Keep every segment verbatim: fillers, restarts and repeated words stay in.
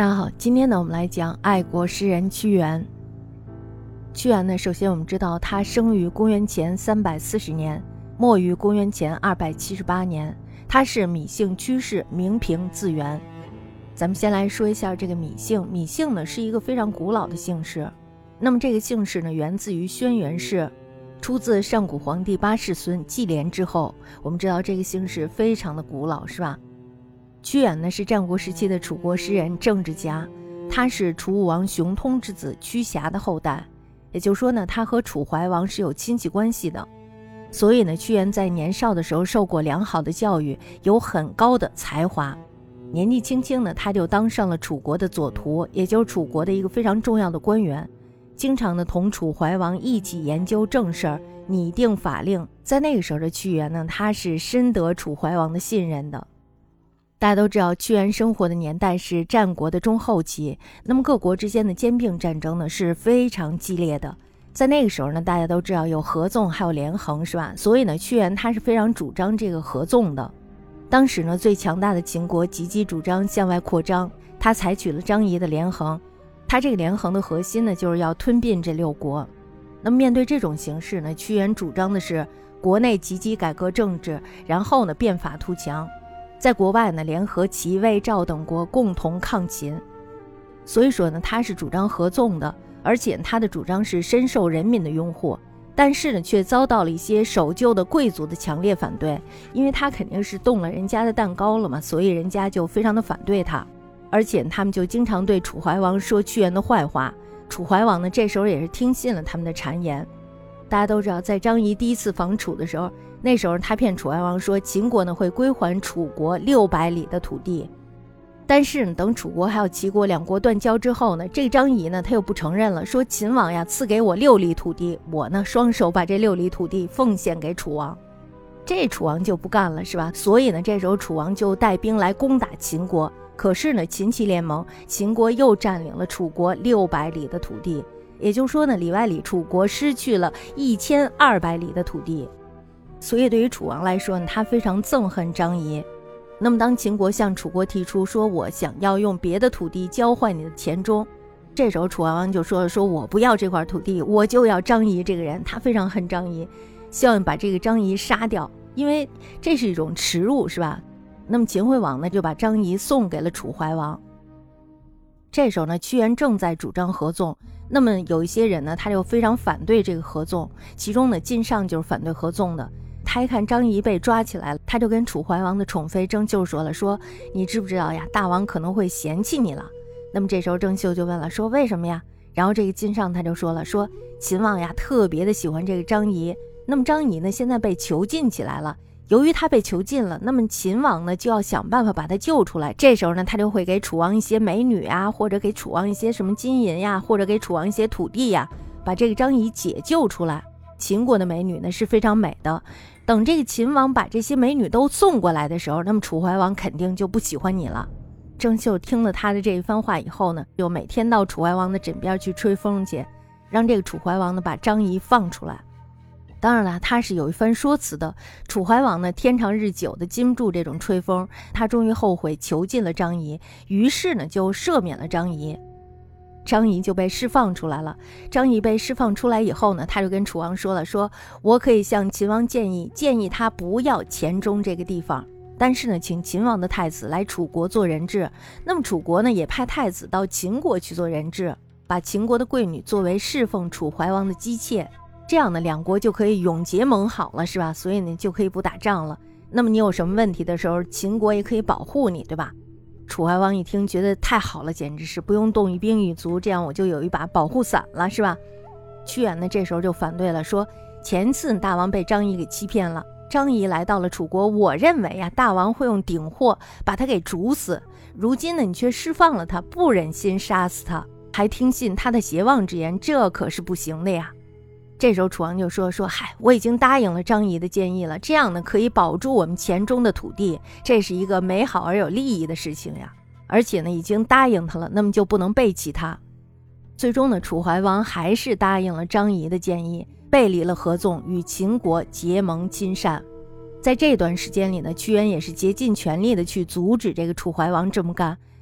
大家好，今天呢我们来讲爱国诗人屈原。屈原呢，首先我们知道他生于公元前三百四十年，没于公元前二百七十八年，他是芈姓屈氏，名平，字元。咱们先来说一下这个芈姓，芈姓呢是一个非常古老的姓氏，那么这个姓氏呢源自于轩辕氏，出自上古皇帝八世孙季廉之后。我们知道这个姓氏非常的古老，是吧？屈原呢是战国时期的楚国诗人、政治家，他是楚武王熊通之子屈瑕的后代，也就是说呢，他和楚怀王是有亲戚关系的。所以呢，屈原在年少的时候受过良好的教育，有很高的才华。年纪轻轻呢，他就当上了楚国的左徒，也就是楚国的一个非常重要的官员，经常的同楚怀王一起研究政事，拟定法令。在那个时候的屈原呢，他是深得楚怀王的信任的。大家都知道，屈原生活的年代是战国的中后期，那么各国之间的兼并战争呢是非常激烈的。在那个时候呢，大家都知道有合纵还有连横，是吧？所以呢，屈原他是非常主张这个合纵的。当时呢，最强大的秦国积极主张向外扩张，他采取了张仪的连横。他这个连横的核心呢，就是要吞并这六国。那么面对这种形势呢，屈原主张的是国内积极改革政治，然后呢变法图强。在国外呢，联合齐、魏、赵等国共同抗秦。所以说呢，他是主张合纵的，而且他的主张是深受人民的拥护，但是呢，却遭到了一些守旧的贵族的强烈反对，因为他肯定是动了人家的蛋糕了嘛，所以人家就非常的反对他，而且他们就经常对楚怀王说屈原的坏话。楚怀王呢，这时候也是听信了他们的谗言。大家都知道，在张仪第一次访楚的时候，那时候他骗楚怀王说秦国呢会归还楚国六百里的土地，但是呢，等楚国还有齐国两国断交之后呢，这个张仪呢他又不承认了，说秦王呀赐给我六里土地，我呢双手把这六里土地奉献给楚王。这楚王就不干了，是吧？所以呢，这时候楚王就带兵来攻打秦国，可是呢，秦齐联盟，秦国又占领了楚国六百里的土地，也就是说呢，里外里楚国失去了一千二百里的土地。所以对于楚王来说呢，他非常憎恨张仪。那么当秦国向楚国提出说我想要用别的土地交换你的田中，这时候楚怀王就说了，说我不要这块土地，我就要张仪这个人。他非常恨张仪，希望把这个张仪杀掉，因为这是一种耻辱，是吧？那么秦惠王呢就把张仪送给了楚怀王。这时候呢，屈原正在主张合纵，那么有一些人呢他就非常反对这个合纵，其中呢晋上就是反对合纵的。他一看张仪被抓起来了，他就跟楚怀王的宠妃郑袖说了，说你知不知道呀，大王可能会嫌弃你了。那么这时候郑袖就问了，说为什么呀？然后这个晋上他就说了，说秦王呀特别的喜欢这个张仪，那么张仪呢现在被囚禁起来了，由于他被囚禁了，那么秦王呢就要想办法把他救出来。这时候呢，他就会给楚王一些美女啊，或者给楚王一些什么金银呀，或者给楚王一些土地呀，把这个张仪解救出来。秦国的美女呢是非常美的，等这个秦王把这些美女都送过来的时候，那么楚怀王肯定就不喜欢你了。郑袖听了他的这一番话以后呢，就每天到楚怀王的枕边去吹风去，让这个楚怀王呢把张仪放出来。当然了，他是有一番说辞的。楚怀王呢天长日久的经不住这种吹风，他终于后悔囚禁了张仪，于是呢就赦免了张仪。张仪就被释放出来了。张仪被释放出来以后呢，他就跟楚王说了，说我可以向秦王建议，建议他不要黔中这个地方，但是呢请秦王的太子来楚国做人质。那么楚国呢也派太子到秦国去做人质，把秦国的贵女作为侍奉楚怀王的姬妾，这样呢两国就可以永结盟好了，是吧？所以呢就可以不打仗了。那么你有什么问题的时候，秦国也可以保护你，对吧？楚怀王一听觉得太好了，简直是不用动一兵一卒，这样我就有一把保护伞了，是吧？屈原呢这时候就反对了，说前次大王被张仪给欺骗了，张仪来到了楚国，我认为呀大王会用鼎货把他给煮死，如今呢你却释放了他，不忍心杀死他，还听信他的邪妄之言，这可是不行的呀。这时候楚王就说说嗨，我已经答应了张仪的建议了，这样呢可以保住我们黔中的土地，这是一个美好而有利益的事情呀，而且呢已经答应他了，那么就不能背弃他。最终呢，楚怀王还是答应了张仪的建议，背离了合纵，与秦国结盟亲善。在这段时间里呢，屈原也是竭尽全力的去阻止这个楚怀王这么干，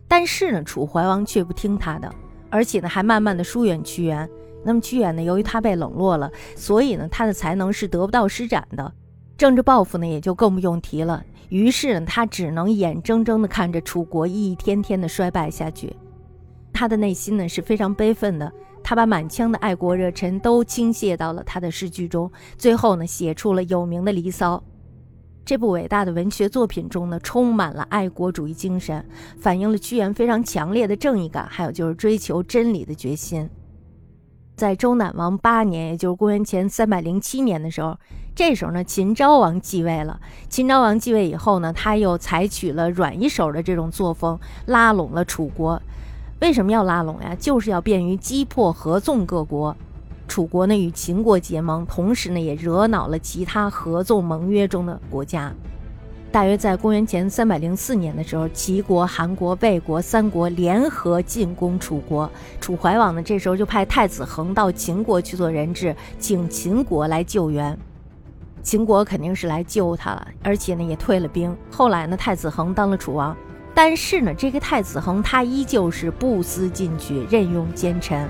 但是呢，楚怀王却不听他的，而且呢，还慢慢的疏远屈原。那么屈原呢，由于他被冷落了，所以呢，他的才能是得不到施展的，政治抱负呢，也就更不用提了。于是呢，他只能眼睁睁地看着楚国一天天的衰败下去。他的内心呢是非常悲愤的，他把满腔的爱国热忱都倾泻到了他的诗句中，最后呢，写出了有名的《离骚》。这部伟大的文学作品中呢，充满了爱国主义精神，反映了屈原非常强烈的正义感，还有就是追求真理的决心。在周赧王八年，也就是公元前三百零七年的时候，这时候呢，秦昭王继位了。秦昭王继位以后呢，他又采取了软一手的这种作风，拉拢了楚国。为什么要拉拢呀？就是要便于击破合纵各国。楚国呢与秦国结盟，同时呢也惹恼了其他合纵盟约中的国家。大约在公元前三百零四年的时候，齐国、韩国、魏国三国联合进攻楚国。楚怀王呢这时候就派太子恒到秦国去做人质，请秦国来救援。秦国肯定是来救他了，而且呢也退了兵。后来呢，太子恒当了楚王，但是呢，这个太子恒他依旧是不思进取，任用奸臣。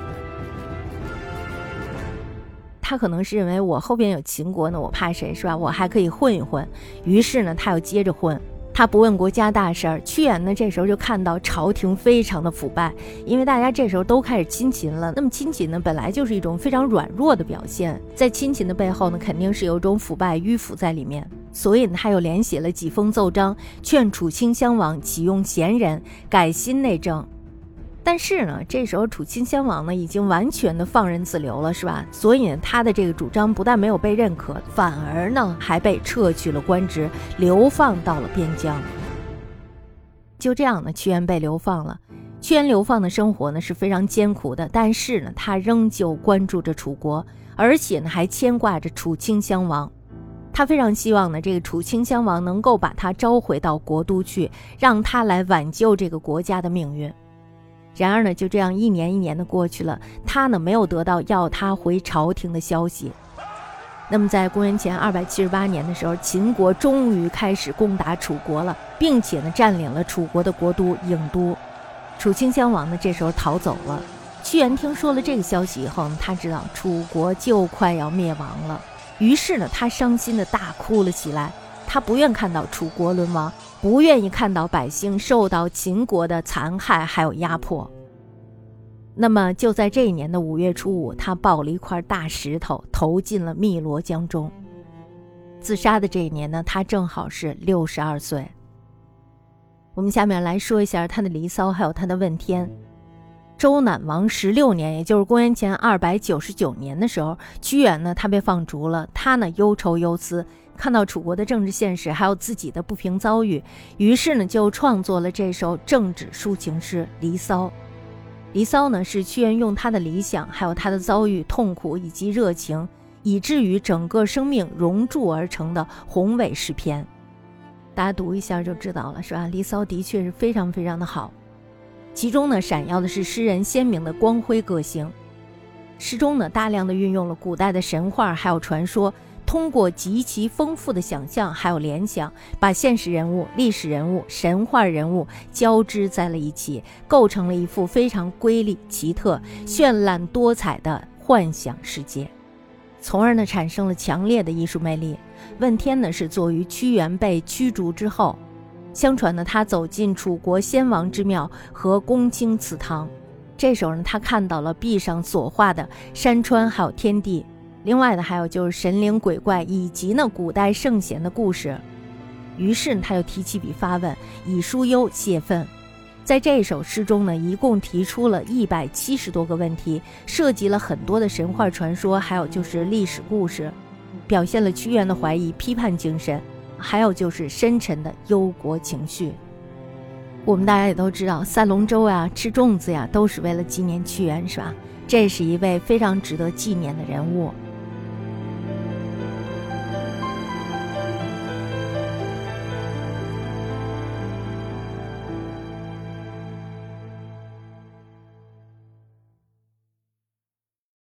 他可能是认为我后边有秦国呢，我怕谁是吧？我还可以混一混。于是呢，他要接着混，他不问国家大事儿。屈原呢，这时候就看到朝廷非常的腐败，因为大家这时候都开始亲秦了。那么亲秦呢，本来就是一种非常软弱的表现，在亲秦的背后呢，肯定是有一种腐败迂腐在里面。所以呢，他又连写了几封奏章，劝楚顷襄王启用贤人，改新内政。但是呢，这时候楚顷襄王呢已经完全的放任自流了，是吧？所以呢，他的这个主张不但没有被认可，反而呢还被撤去了官职，流放到了边疆。就这样呢，屈原被流放了。屈原流放的生活呢是非常艰苦的，但是呢，他仍旧关注着楚国，而且呢还牵挂着楚顷襄王。他非常希望呢，这个楚顷襄王能够把他召回到国都去，让他来挽救这个国家的命运。然而呢，就这样一年一年的过去了，他呢没有得到要他回朝廷的消息。那么在公元前二百七十八年的时候，秦国终于开始攻打楚国了，并且呢占领了楚国的国都郢都。楚顷襄王呢这时候逃走了。屈原听说了这个消息以后呢，他知道楚国就快要灭亡了，于是呢他伤心的大哭了起来。他不愿看到楚国沦亡，不愿意看到百姓受到秦国的残害还有压迫。那么就在这一年的五月初五，他抱了一块大石头投进了汨罗江中。自杀的这一年呢，他正好是六十二岁。我们下面来说一下他的《离骚》还有他的《问天》。周赧王十六年，也就是公元前二百九十九年的时候，屈原呢他被放逐了，他呢忧愁忧思，看到楚国的政治现实还有自己的不平遭遇，于是呢就创作了这首政治抒情诗《离骚》。《离骚》呢是屈原用他的理想还有他的遭遇、痛苦以及热情，以至于整个生命熔铸而成的宏伟诗篇。大家读一下就知道了，是吧？《离骚》的确是非常非常的好。其中呢，闪耀的是诗人鲜明的光辉个性。诗中呢，大量的运用了古代的神话还有传说，通过极其丰富的想象还有联想，把现实人物、历史人物、神话人物交织在了一起，构成了一幅非常瑰丽、奇特、绚烂多彩的幻想世界，从而呢产生了强烈的艺术魅力。问天呢是作于屈原被驱逐之后，相传呢，他走进楚国先王之庙和公卿祠堂，这时候呢，他看到了壁上所画的山川还有天地，另外呢，还有就是神灵鬼怪以及呢古代圣贤的故事。于是呢，他就提起笔发问，以抒忧泄愤。在这首诗中呢，一共提出了一百七十多个问题，涉及了很多的神话传说，还有就是历史故事，表现了屈原的怀疑批判精神，还有就是深沉的忧国情绪。我们大家也都知道，赛龙舟呀、吃粽子呀，都是为了纪念屈原，是吧？这是一位非常值得纪念的人物。